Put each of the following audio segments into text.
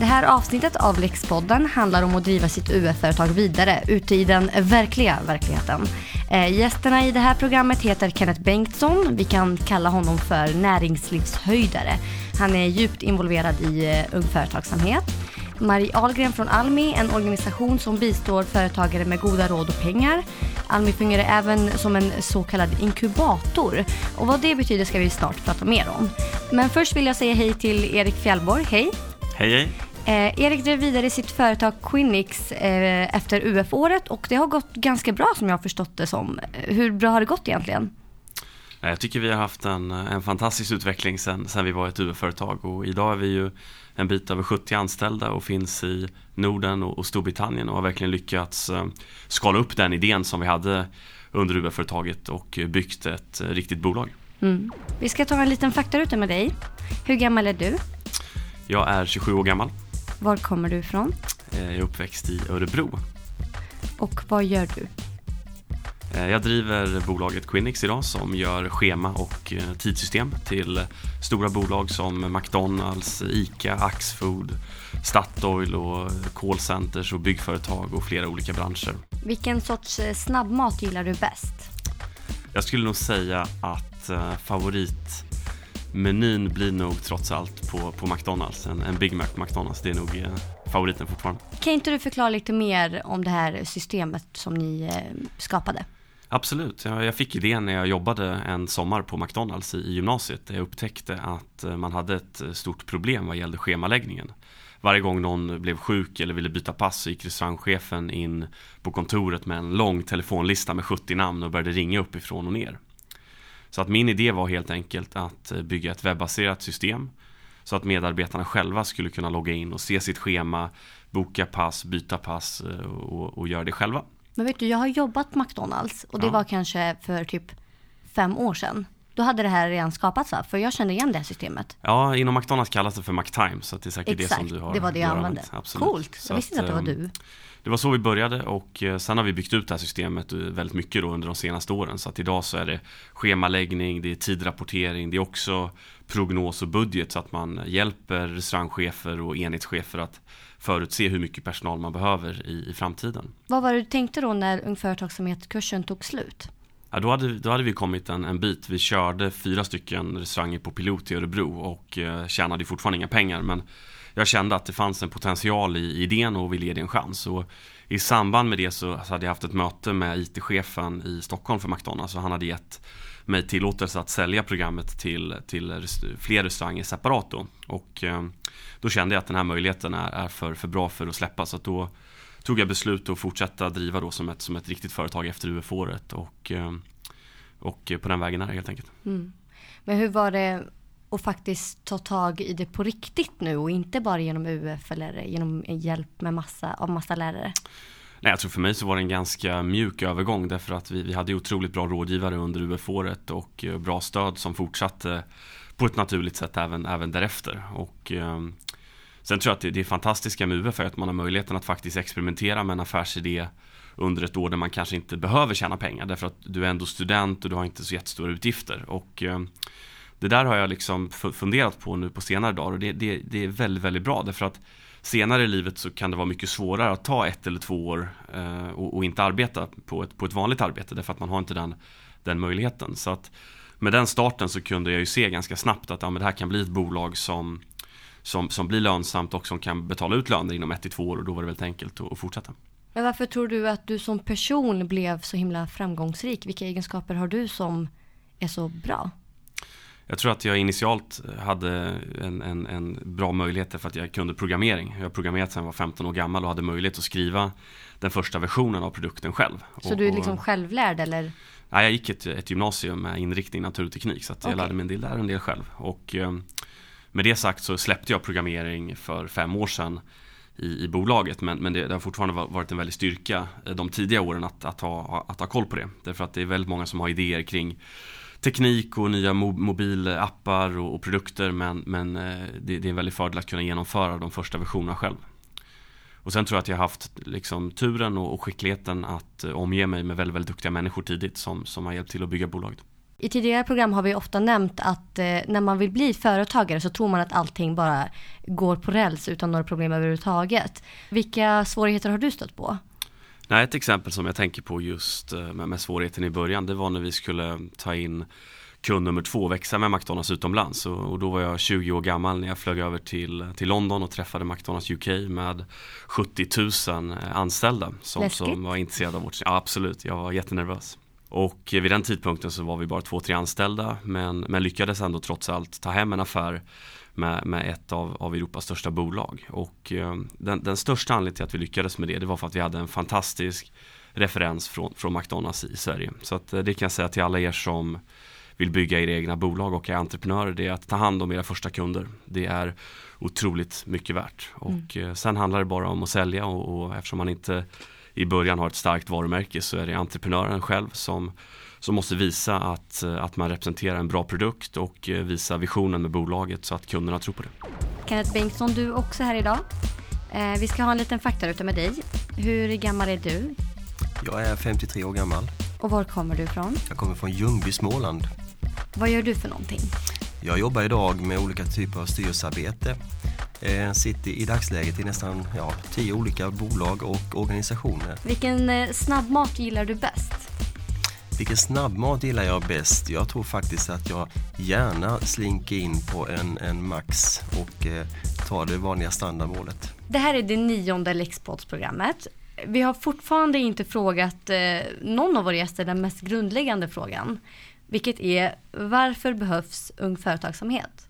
Det här avsnittet av Lexpodden handlar om att driva sitt UF-företag vidare ute i den verkliga verkligheten. Gästerna i det här programmet heter Kenneth Bengtsson. Vi kan kalla honom för näringslivshöjdare. Han är djupt involverad i ung företagsamhet. Marie Ahlgren från Almi, en organisation som bistår företagare med goda råd och pengar. Almi fungerar även som en så kallad inkubator. Och vad det betyder ska vi snart prata mer om. Men först vill jag säga hej till Erik Fjällborg. Hej! Hej, hej! Erik drev vidare sitt företag Quinix efter UF-året och det har gått ganska bra som jag har förstått det som. Hur bra har det gått egentligen? Jag tycker vi har haft en fantastisk utveckling sen vi var ett UF-företag, och idag är vi ju en bit över 70 anställda och finns i Norden och Storbritannien och har verkligen lyckats skala upp den idén som vi hade under UF-företaget och byggt ett riktigt bolag. Vi ska ta en liten faktaruta med dig. Hur gammal är du? Jag är 27 år gammal. Var kommer du ifrån? Jag är uppväxt i Örebro. Och vad gör du? Jag driver bolaget Quinix idag som gör schema och tidssystem till stora bolag som McDonalds, ICA, Axfood, Statoil och callcenters och byggföretag och flera olika branscher. Vilken sorts snabbmat gillar du bäst? Jag skulle nog säga att favoritmenyn blir nog trots allt på McDonalds. En Big Mac på McDonalds, det är nog favoriten fortfarande. Kan inte du förklara lite mer om det här systemet som ni skapade? Absolut, jag fick idén när jag jobbade en sommar på McDonalds i gymnasiet. Jag upptäckte att man hade ett stort problem vad gällde schemaläggningen. Varje gång någon blev sjuk eller ville byta pass så gick restaurangchefen in på kontoret med en lång telefonlista med 70 namn och började ringa uppifrån och ner. Så att min idé var helt enkelt att bygga ett webbaserat system så att medarbetarna själva skulle kunna logga in och se sitt schema, boka pass, byta pass och göra det själva. Men vet du, jag har jobbat på McDonalds och det var kanske för typ 5 år sedan. Då hade det här redan skapats, va? För jag kände igen det här systemet. Ja, inom McDonalds kallas det för McTime, så det är säkert exakt, det som du har. Det var det jag använde. Absolut. Coolt, jag visste inte att det var du. Det var så vi började, och sen har vi byggt ut det här systemet väldigt mycket då under de senaste åren. Så att idag så är det schemaläggning, det är tidrapportering, det är också prognos och budget, så att man hjälper restaurangchefer och enhetschefer att förutse hur mycket personal man behöver i framtiden. Vad var det du tänkte då när Ung Företagsamhet-kursen tog slut? Ja, då hade vi kommit en bit. Vi körde 4 stycken restauranger på pilot i Örebro och tjänade fortfarande inga pengar. Men jag kände att det fanns en potential i idén och ville ge det en chans. Och i samband med det så hade jag haft ett möte med IT-chefen i Stockholm för McDonalds. Och han hade gett mig tillåtelse att sälja programmet till fler restauranger separat då. Och då kände jag att den här möjligheten är för bra för att släppa. Så att då tog jag beslut att fortsätta driva då som ett riktigt företag efter UF-året och på den vägen är det helt enkelt. Men hur var det att faktiskt ta tag i det på riktigt nu och inte bara genom UF eller genom hjälp med massa lärare? Nej, jag tror för mig så var det en ganska mjuk övergång, därför att vi hade otroligt bra rådgivare under UF-året och bra stöd som fortsatte på ett naturligt sätt även därefter. Och sen tror jag att det fantastiska med UF är att man har möjligheten att faktiskt experimentera med en affärsidé under ett år där man kanske inte behöver tjäna pengar, därför att du är ändå student och du har inte så jättestora utgifter. Och det där har jag liksom funderat på nu på senare dagar, och det är väldigt, väldigt bra, därför att senare i livet så kan det vara mycket svårare att ta 1 eller 2 år och inte arbeta på ett vanligt arbete, därför att man har inte den möjligheten. Så att med den starten så kunde jag ju se ganska snabbt att men det här kan bli ett bolag som blir lönsamt och som kan betala ut löner inom 1 till 2 år, och då var det väldigt enkelt att fortsätta. Men varför tror du att du som person blev så himla framgångsrik? Vilka egenskaper har du som är så bra? Jag tror att jag initialt hade en bra möjlighet för att jag kunde programmering. Jag har programmerat sedan jag var 15 år gammal och hade möjlighet att skriva den första versionen av produkten själv. Så du är liksom självlärd eller? Nej, jag gick ett gymnasium med inriktning naturteknik, så att jag lärde mig en del själv. Och med det sagt så släppte jag programmering för 5 år sedan i bolaget, men det har fortfarande varit en väldig styrka de tidiga åren att ha koll på det. Därför att det är väldigt många som har idéer kring teknik och nya mobilappar och produkter, men det är en väldigt fördel att kunna genomföra de första versionerna själv. Och sen tror jag att jag har haft liksom turen och skickligheten att omge mig med väldigt, väldigt duktiga människor tidigt som har hjälpt till att bygga bolaget. I tidigare program har vi ofta nämnt att när man vill bli företagare så tror man att allting bara går på räls utan några problem överhuvudtaget. Vilka svårigheter har du stött på? Nej, ett exempel som jag tänker på just med svårigheten i början, det var när vi skulle ta in kund nummer 2, växa med McDonalds utomlands. Och då var jag 20 år gammal när jag flög över till London och träffade McDonalds UK med 70 000 anställda som var intresserade av vårt... Ja, absolut, jag var jättenervös. Och vid den tidpunkten så var vi bara 2-3 anställda men lyckades ändå trots allt ta hem en affär med ett av Europas största bolag. Och den största anledningen till att vi lyckades med det var för att vi hade en fantastisk referens från McDonalds i Sverige. Så att det kan jag säga till alla er som vill bygga era egna bolag och är entreprenörer, det är att ta hand om era första kunder. Det är otroligt mycket värt. Och sen handlar det bara om att sälja och eftersom man inte i början har ett starkt varumärke så är det entreprenören själv som måste visa att man representerar en bra produkt och visa visionen med bolaget så att kunderna tror på det. Kenneth Bengtsson, du är också här idag. Vi ska ha en liten faktaruta med dig. Hur gammal är du? Jag är 53 år gammal. Och var kommer du ifrån? Jag kommer från Ljungby, Småland. Vad gör du för någonting? Jag jobbar idag med olika typer av styrelsearbete. Sitter i dagsläget i nästan 10 olika bolag och organisationer. Vilken snabbmat gillar du bäst? Vilken snabbmat gillar jag bäst? Jag tror faktiskt att jag gärna slinker in på en Max och tar det vanliga standardmålet. Det här är det 9:e Lexpods-programmet. Vi har fortfarande inte frågat någon av våra gäster den mest grundläggande frågan. Vilket är, varför behövs ung företagsamhet?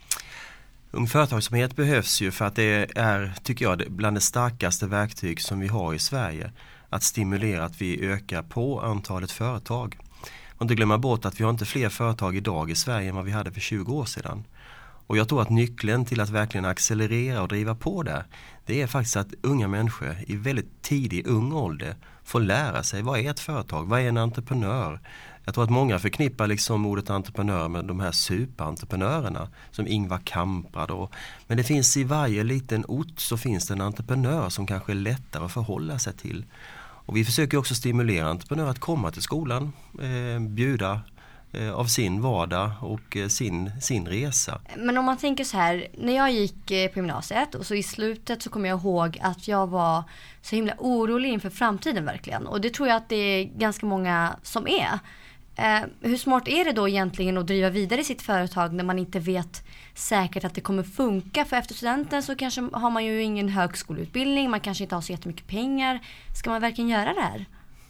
Ung företagsamhet behövs ju för att det är, tycker jag, bland det starkaste verktyg som vi har i Sverige. Att stimulera att vi ökar på antalet företag. Man inte glömma bort att vi har inte fler företag idag i Sverige än vad vi hade för 20 år sedan. Och jag tror att nyckeln till att verkligen accelerera och driva på det är faktiskt att unga människor i väldigt tidig ung ålder får lära sig vad är ett företag, vad är en entreprenör. Jag tror att många förknippar liksom ordet entreprenör med de här superentreprenörerna som Ingvar Kamprad. Men det finns i varje liten ort så finns det en entreprenör som kanske är lättare att förhålla sig till. Och vi försöker också stimulera entreprenörer att komma till skolan, bjuda av sin vardag och sin resa. Men om man tänker så här, när jag gick på gymnasiet och så i slutet så kommer jag ihåg att jag var så himla orolig inför framtiden verkligen. Och det tror jag att det är ganska många som är. Hur smart är det då egentligen att driva vidare sitt företag när man inte vet säkert att det kommer funka? För efter studenten så kanske har man ju ingen högskoleutbildning, man kanske inte har så jättemycket pengar. Ska man verkligen göra det här?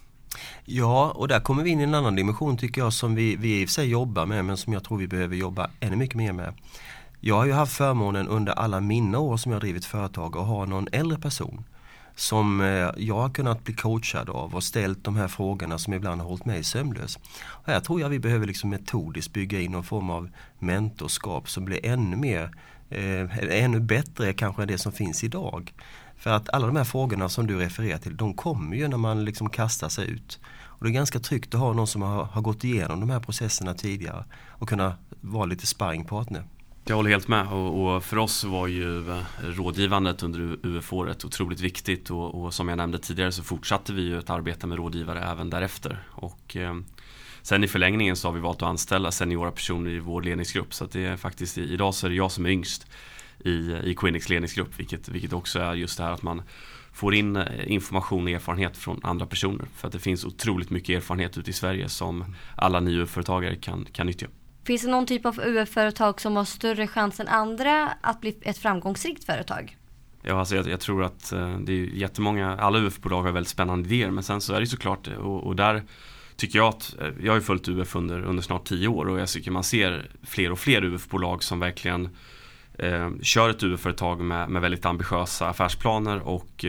Ja, och där kommer vi in i en annan dimension tycker jag som vi i och för sig jobbar med men som jag tror vi behöver jobba ännu mycket mer med. Jag har ju haft förmånen under alla mina år som jag har drivit företag att ha någon äldre person som jag har kunnat bli coachad av och ställt de här frågorna som ibland har hållit mig sömnlös. Och här tror jag vi behöver liksom metodiskt bygga in någon form av mentorskap som blir ännu bättre kanske än det som finns idag. För att alla de här frågorna som du refererar till, de kommer ju när man liksom kastar sig ut. Och det är ganska tryggt att ha någon som har gått igenom de här processerna tidigare och kunna vara lite sparringpartner. Jag håller helt med och för oss var ju rådgivandet under UF-året otroligt viktigt och som jag nämnde tidigare så fortsatte vi ju att arbeta med rådgivare även därefter. Och sen i förlängningen så har vi valt att anställa seniora personer i vår ledningsgrupp så att det är faktiskt idag så är det jag som är yngst i Quinyx ledningsgrupp vilket också är just det här att man får in information och erfarenhet från andra personer för att det finns otroligt mycket erfarenhet ute i Sverige som alla nya UF-företagare kan nyttja. Finns det någon typ av UF-företag som har större chans än andra att bli ett framgångsrikt företag? Ja, alltså jag tror att det är jättemånga, alla UF-bolag har väldigt spännande idéer men sen så är det såklart och där tycker jag att jag har ju följt UF under snart 10 år och jag tycker man ser fler och fler UF-bolag som verkligen kör ett UF-företag med väldigt ambitiösa affärsplaner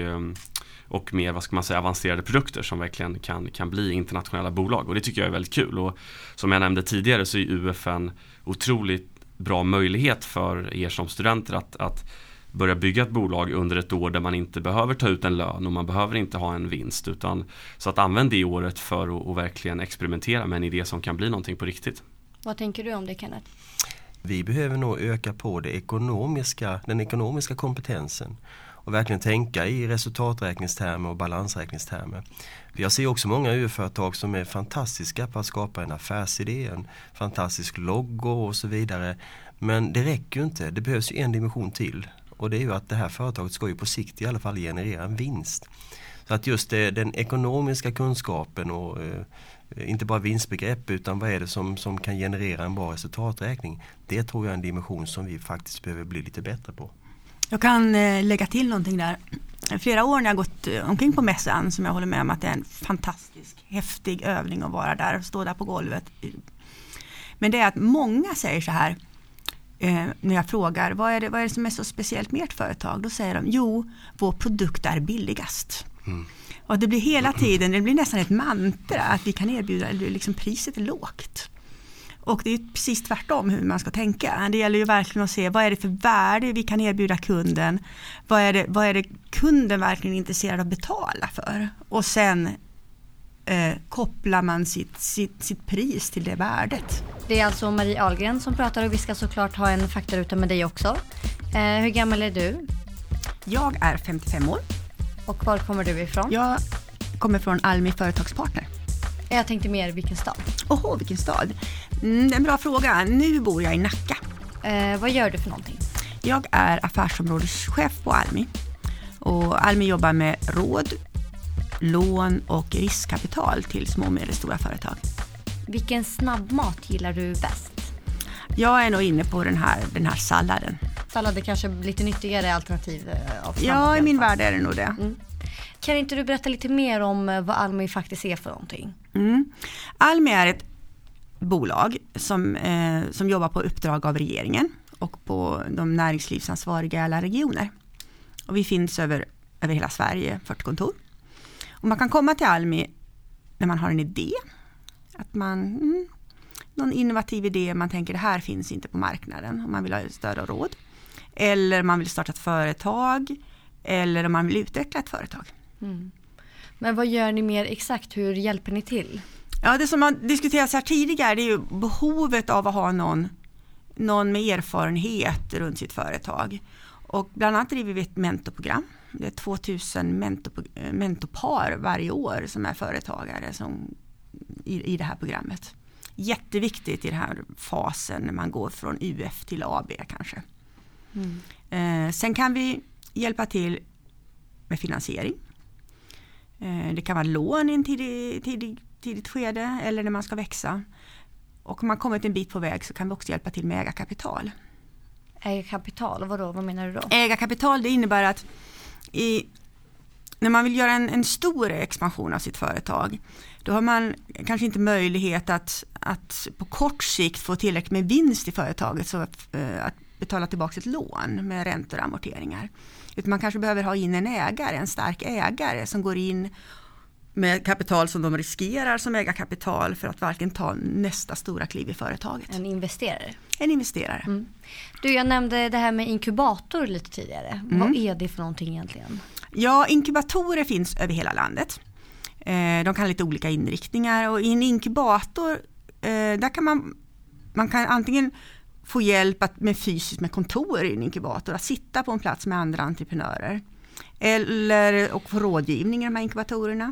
och mer, vad ska man säga, avancerade produkter som verkligen kan bli internationella bolag och det tycker jag är väldigt kul och som jag nämnde tidigare så är UF en otroligt bra möjlighet för er som studenter att börja bygga ett bolag under ett år där man inte behöver ta ut en lön och man behöver inte ha en vinst utan så att använda det året för att verkligen experimentera med en idé som kan bli någonting på riktigt. Vad tänker du om det, Kenneth? Vi behöver nog öka på den ekonomiska kompetensen. och verkligen tänka i resultaträkningstermer och balansräkningstermer. Jag ser också många UF-företag som är fantastiska på att skapa en affärsidé, en fantastisk logo och så vidare. Men det räcker ju inte, det behövs ju en dimension till. Och det är ju att det här företaget ska ju på sikt i alla fall generera en vinst. Så att just den ekonomiska kunskapen och inte bara vinstbegrepp utan vad är det som kan generera en bra resultaträkning. Det tror jag är en dimension som vi faktiskt behöver bli lite bättre på. Jag kan lägga till någonting där. Flera år när jag gått omkring på mässan som jag håller med om att det är en fantastisk, häftig övning att vara där och stå där på golvet. Men det är att många säger så här när jag frågar vad är det som är så speciellt med ert företag? Då säger de, jo, vår produkt är billigast. Och det blir hela tiden, det blir nästan ett mantra att vi kan erbjuda, liksom priset är lågt. Och det är precis tvärtom hur man ska tänka. Det gäller ju verkligen att se vad är det för värde vi kan erbjuda kunden. Vad är det kunden verkligen är intresserad av att betala för? Och sen kopplar man sitt pris till det värdet. Det är alltså Marie Ahlgren som pratar och vi ska såklart ha en faktaruta med dig också. Hur gammal är du? Jag är 55 år. Och var kommer du ifrån? Jag kommer från Almi Företagspartner. Jag tänkte mer vilken stad? Vilken stad? Det är en bra fråga. Nu bor jag i Nacka. Vad gör du för någonting? Jag är affärsområdeschef på Almi. Och Almi jobbar med råd, lån och riskkapital till små och medelstora företag. Vilken snabbmat gillar du bäst? Jag är nog inne på den här salladen. Sallad är kanske lite nyttigare alternativ av snabbmat. Ja, i min värld är det nog det. Kan inte du berätta lite mer om vad Almi faktiskt är för någonting? Almi är ett bolag som jobbar på uppdrag av regeringen och på de näringslivsansvariga i alla regioner. Och vi finns över hela Sverige, 40 kontor. Och man kan komma till Almi när man har en idé. Att någon innovativ idé, man tänker det här finns inte på marknaden. Om man vill ha stöd och råd. Eller man vill starta ett företag. Eller om man vill utveckla ett företag. Men vad gör ni mer exakt? Hur hjälper ni till? Ja, det som har diskuterats här tidigare det är ju behovet av att ha någon med erfarenhet runt sitt företag. Och bland annat driver vi ett mentorprogram. Det är 2000 mentorpar varje år som är företagare i det här programmet. Jätteviktigt i den här fasen när man går från UF till AB kanske. Sen kan vi hjälpa till med finansiering. Det kan vara lån i en tidigt skede eller när man ska växa. Och om man kommit en bit på väg så kan vi också hjälpa till med ägarkapital. Ägarkapital, vad menar du då? Ägarkapital det innebär att när man vill göra en stor expansion av sitt företag då har man kanske inte möjlighet att på kort sikt få tillräckligt med vinst i företaget så att betala tillbaka ett lån med räntor och amorteringar. Utan man kanske behöver ha in en stark ägare som går in med kapital som de riskerar som ägarkapital för att verkligen ta nästa stora kliv i företaget. En investerare. En investerare. Du, jag nämnde det här med inkubator lite tidigare. Vad är det för någonting egentligen? Ja, inkubatorer finns över hela landet. De kan ha lite olika inriktningar och i en inkubator där kan man kan antingen få hjälp med kontor i en inkubator, att sitta på en plats med andra entreprenörer och få rådgivning i de här inkubatorerna.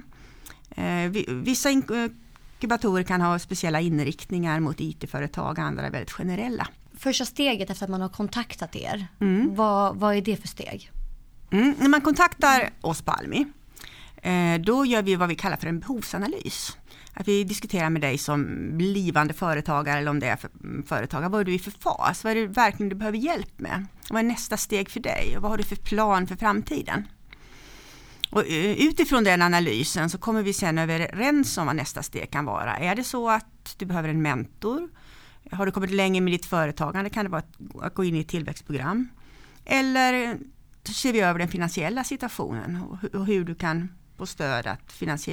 Vissa inkubatorer kan ha speciella inriktningar mot IT-företag, andra är väldigt generella. Första steget efter att man har kontaktat er, vad är det för steg? När man kontaktar oss på Almi, då gör vi vad vi kallar för en behovsanalys. Att vi diskuterar med dig som blivande företagare eller om det är för företagare. Vad är du i för fas? Vad är det verkligen du behöver hjälp med? Vad är nästa steg för dig? Och vad har du för plan för framtiden? Och utifrån den analysen så kommer vi sen överens om vad nästa steg kan vara. Är det så att du behöver en mentor? Har du kommit längre med ditt företagande? Kan det vara att gå in i ett tillväxtprogram? Eller ser vi över den finansiella situationen och hur du kan få stöd att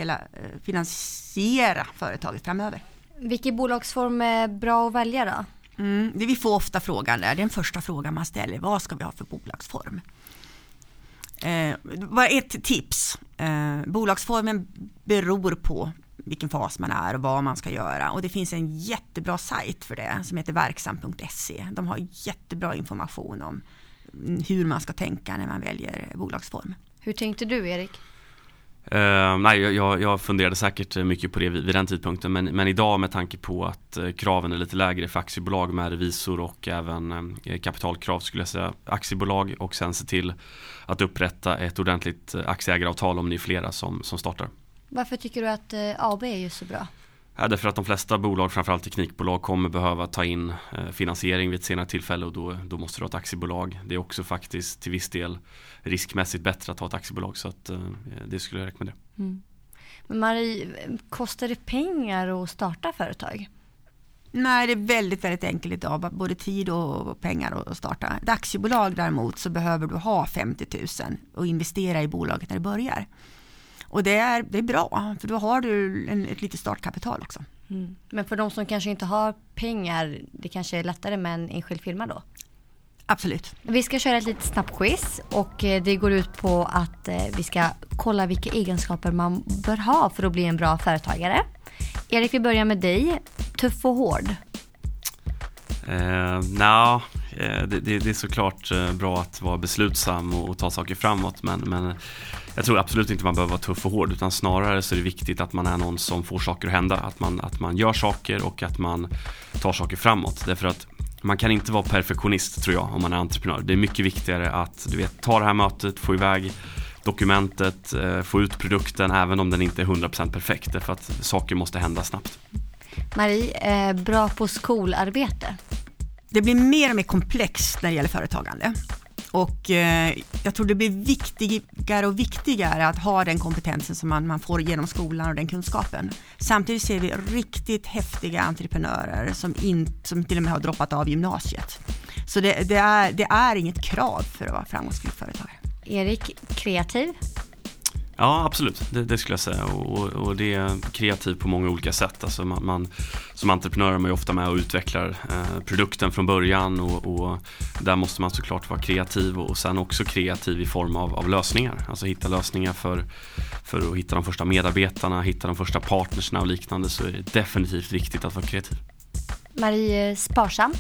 finansiera företaget framöver. Vilken bolagsform är bra att välja då? Det vi får ofta frågan där, det är den första frågan man ställer. Vad ska vi ha för bolagsform? Bara ett tips. Bolagsformen beror på vilken fas man är och vad man ska göra. Och det finns en jättebra sajt för det som heter verksam.se. De har jättebra information om hur man ska tänka när man väljer bolagsform. Hur tänkte du, Erik? Nej, jag funderade säkert mycket på det vid den tidpunkten, men idag med tanke på att kraven är lite lägre för aktiebolag med revisor och även kapitalkrav, skulle jag säga aktiebolag, och sen se till att upprätta ett ordentligt aktieägaravtal om ni är flera som startar. Varför tycker du att AB är ju så bra? Ja, därför att de flesta bolag, framförallt teknikbolag, kommer behöva ta in finansiering vid ett senare tillfälle, och då måste du ha ett aktiebolag. Det är också faktiskt till viss del riskmässigt bättre att ha ett aktiebolag, så att det skulle jag rekommendera. Mm. Men Marie, kostar det pengar att starta företag? Nej, det är väldigt, väldigt enkelt idag. Både tid och pengar att starta. Ett aktiebolag däremot så behöver du ha 50 000 och investera i bolaget när det börjar. Och det är bra, för då har du ett litet startkapital också. Mm. Men för de som kanske inte har pengar, det kanske är lättare med en enskild firma då? Absolut. Vi ska köra ett litet snabbt quiz, och det går ut på att vi ska kolla vilka egenskaper man bör ha för att bli en bra företagare. Erik, vi börjar med dig. Tuff och hård? Det är såklart bra att vara beslutsam och ta saker framåt, men jag tror absolut inte man behöver vara tuff och hård, utan snarare så är det viktigt att man är någon som får saker att hända, att man gör saker och att man tar saker framåt. Därför att man kan inte vara perfektionist, tror jag, om man är entreprenör. Det är mycket viktigare att ta det här mötet, få iväg dokumentet, få ut produkten även om den inte är 100% perfekt, därför att saker måste hända snabbt. Marie, bra på skolarbete? Det blir mer och mer komplext när det gäller företagande. Och jag tror det blir viktigare och viktigare att ha den kompetensen som man får genom skolan och den kunskapen. Samtidigt ser vi riktigt häftiga entreprenörer som till och med har droppat av gymnasiet. Så det är inget krav för att vara framgångsrik företagare. Erik, kreativ? Ja, absolut. Det skulle jag säga. Och det är kreativ på många olika sätt. Alltså man som entreprenör är man ju ofta med och utvecklar produkten från början, och där måste man såklart vara kreativ, och sen också kreativ i form av lösningar. Alltså hitta lösningar för att hitta de första medarbetarna, hitta de första partnersna och liknande, så är det definitivt viktigt att vara kreativ. Marie, sparsam?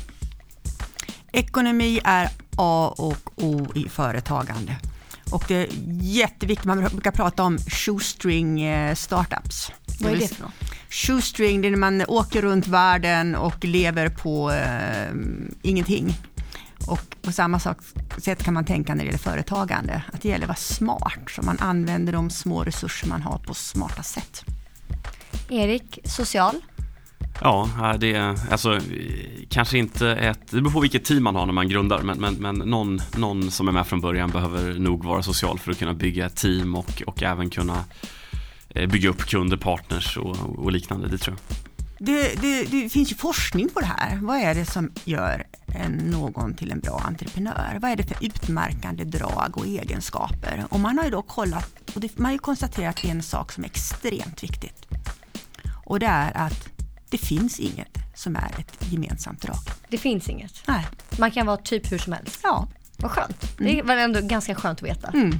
Ekonomi är A och O i företagande. Och det är jätteviktigt, man brukar prata om shoestring startups. Vad är det för något? Shoestring, det är när man åker runt världen och lever på ingenting. Och på samma sätt kan man tänka när det gäller företagande. Att det gäller att vara smart, så man använder de små resurser man har på smarta sätt. Erik, social? Ja, det är alltså kanske inte det beror på vilket team man har när man grundar, men någon som är med från början behöver nog vara social för att kunna bygga ett team och även kunna bygga upp kunder, partners och liknande, det tror jag. Det finns ju forskning på det här. Vad är det som gör någon till en bra entreprenör? Vad är det för utmärkande drag och egenskaper? Och man har ju då kollat, och man har ju konstaterat att det är en sak som är extremt viktigt. Och det är att det finns inget som är ett gemensamt drag. Det finns inget? Nej. Man kan vara typ hur som helst? Ja. Vad skönt. Det var ändå ganska skönt att veta. Mm.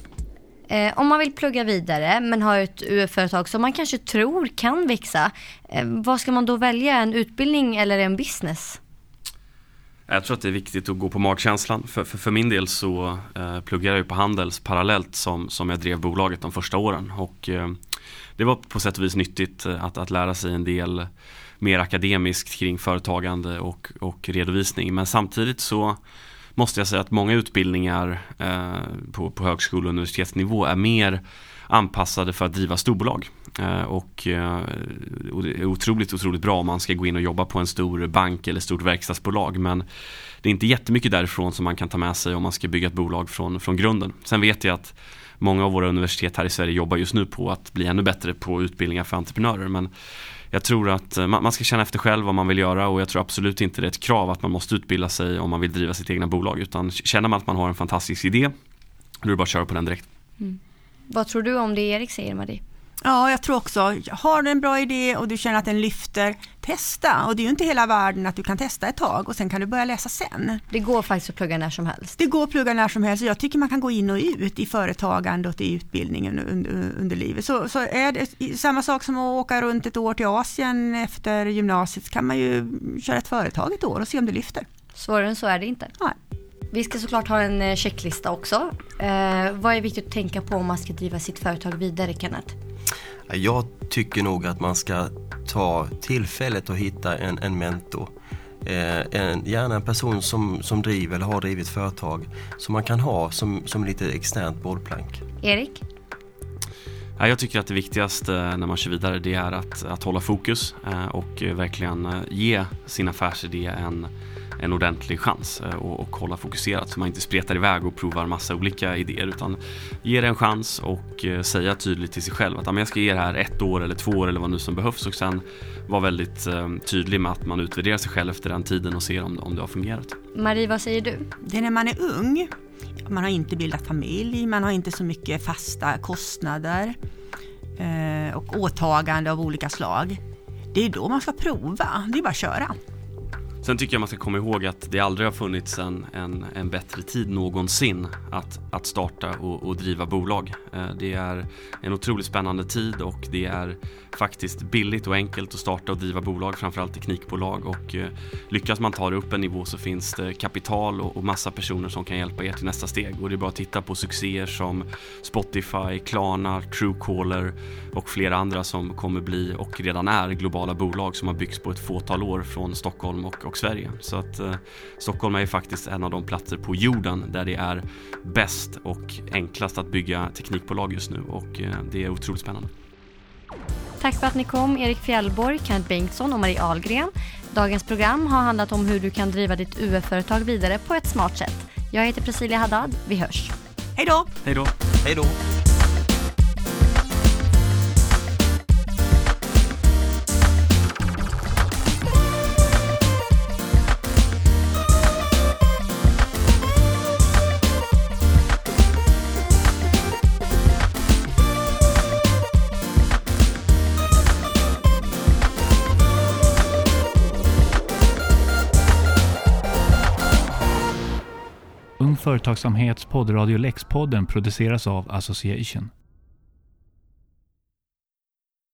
Om man vill plugga vidare men har ett UF-företag som man kanske tror kan växa, vad ska man då välja? En utbildning eller en business? Jag tror att det är viktigt att gå på magkänslan. För min del så pluggar jag ju på Handels parallellt som jag drev bolaget de första åren. Och det var på sätt och vis nyttigt att lära sig en del mer akademiskt kring företagande och redovisning. Men samtidigt så måste jag säga att många utbildningar på högskole- och universitetsnivå är mer anpassade för att driva storbolag. Och det är otroligt bra om man ska gå in och jobba på en stor bank eller stort verkstadsbolag. Men det är inte jättemycket därifrån som man kan ta med sig om man ska bygga ett bolag från grunden. Sen vet jag att många av våra universitet här i Sverige jobbar just nu på att bli ännu bättre på utbildningar för entreprenörer. Men jag tror att man ska känna efter själv vad man vill göra, och jag tror absolut inte det är ett krav att man måste utbilda sig om man vill driva sitt egna bolag. Utan känner man att man har en fantastisk idé, då är det bara att köra på den direkt. Mm. Vad tror du om det Erik säger, Marie? Ja, jag tror också, har du en bra idé och du känner att den lyfter, testa. Och det är ju inte hela världen att du kan testa ett tag och sen kan du börja läsa sen. Det går faktiskt att plugga när som helst. Det går att plugga när som helst. Jag tycker man kan gå in och ut i företagande och i utbildningen under livet. Så är det samma sak som att åka runt ett år till Asien efter gymnasiet, så kan man ju köra ett företag ett år och se om det lyfter. Svårare än så är det inte. Nej. Vi ska såklart ha en checklista också. Vad är viktigt att tänka på om man ska driva sitt företag vidare, Kenneth? Jag tycker nog att man ska ta tillfället och hitta en mentor. Gärna en person som driver eller har drivit företag som man kan ha som lite externt bollplank. Erik? Jag tycker att det viktigaste när man kör vidare det är att hålla fokus och verkligen ge sin affärsidé en ordentlig chans och hålla fokuserat så man inte spretar iväg och provar massa olika idéer utan ge det en chans och säga tydligt till sig själv att jag ska ge det här 1 år eller 2 år eller vad nu som behövs och sen vara väldigt tydlig med att man utvärderar sig själv efter den tiden och ser om det har fungerat. Marie, vad säger du? Det är när man är ung, man har inte bildat familj, man har inte så mycket fasta kostnader och åtagande av olika slag. Det är då man ska prova, det är bara att köra. Sen tycker jag man ska komma ihåg att det aldrig har funnits en bättre tid någonsin att starta och driva bolag. Det är en otroligt spännande tid och det är faktiskt billigt och enkelt att starta och driva bolag, framförallt teknikbolag. Och lyckas man ta det upp en nivå så finns det kapital och massa personer som kan hjälpa er till nästa steg. Och det är bara att titta på succéer som Spotify, Klarna, Truecaller och flera andra som kommer bli och redan är globala bolag som har byggts på ett fåtal år från Stockholm och Sverige. Så att Stockholm är faktiskt en av de platser på jorden där det är bäst och enklast att bygga teknikbolag just nu och det är otroligt spännande. Tack för att ni kom, Erik Fjällborg, Kenneth Bengtsson och Marie Ahlgren. Dagens program har handlat om hur du kan driva ditt UF-företag vidare på ett smart sätt. Jag heter Priscilla Haddad, vi hörs. Hej då! Hej då! Hej då! Ung Företagsamhets poddradio Lex-podden produceras av Association.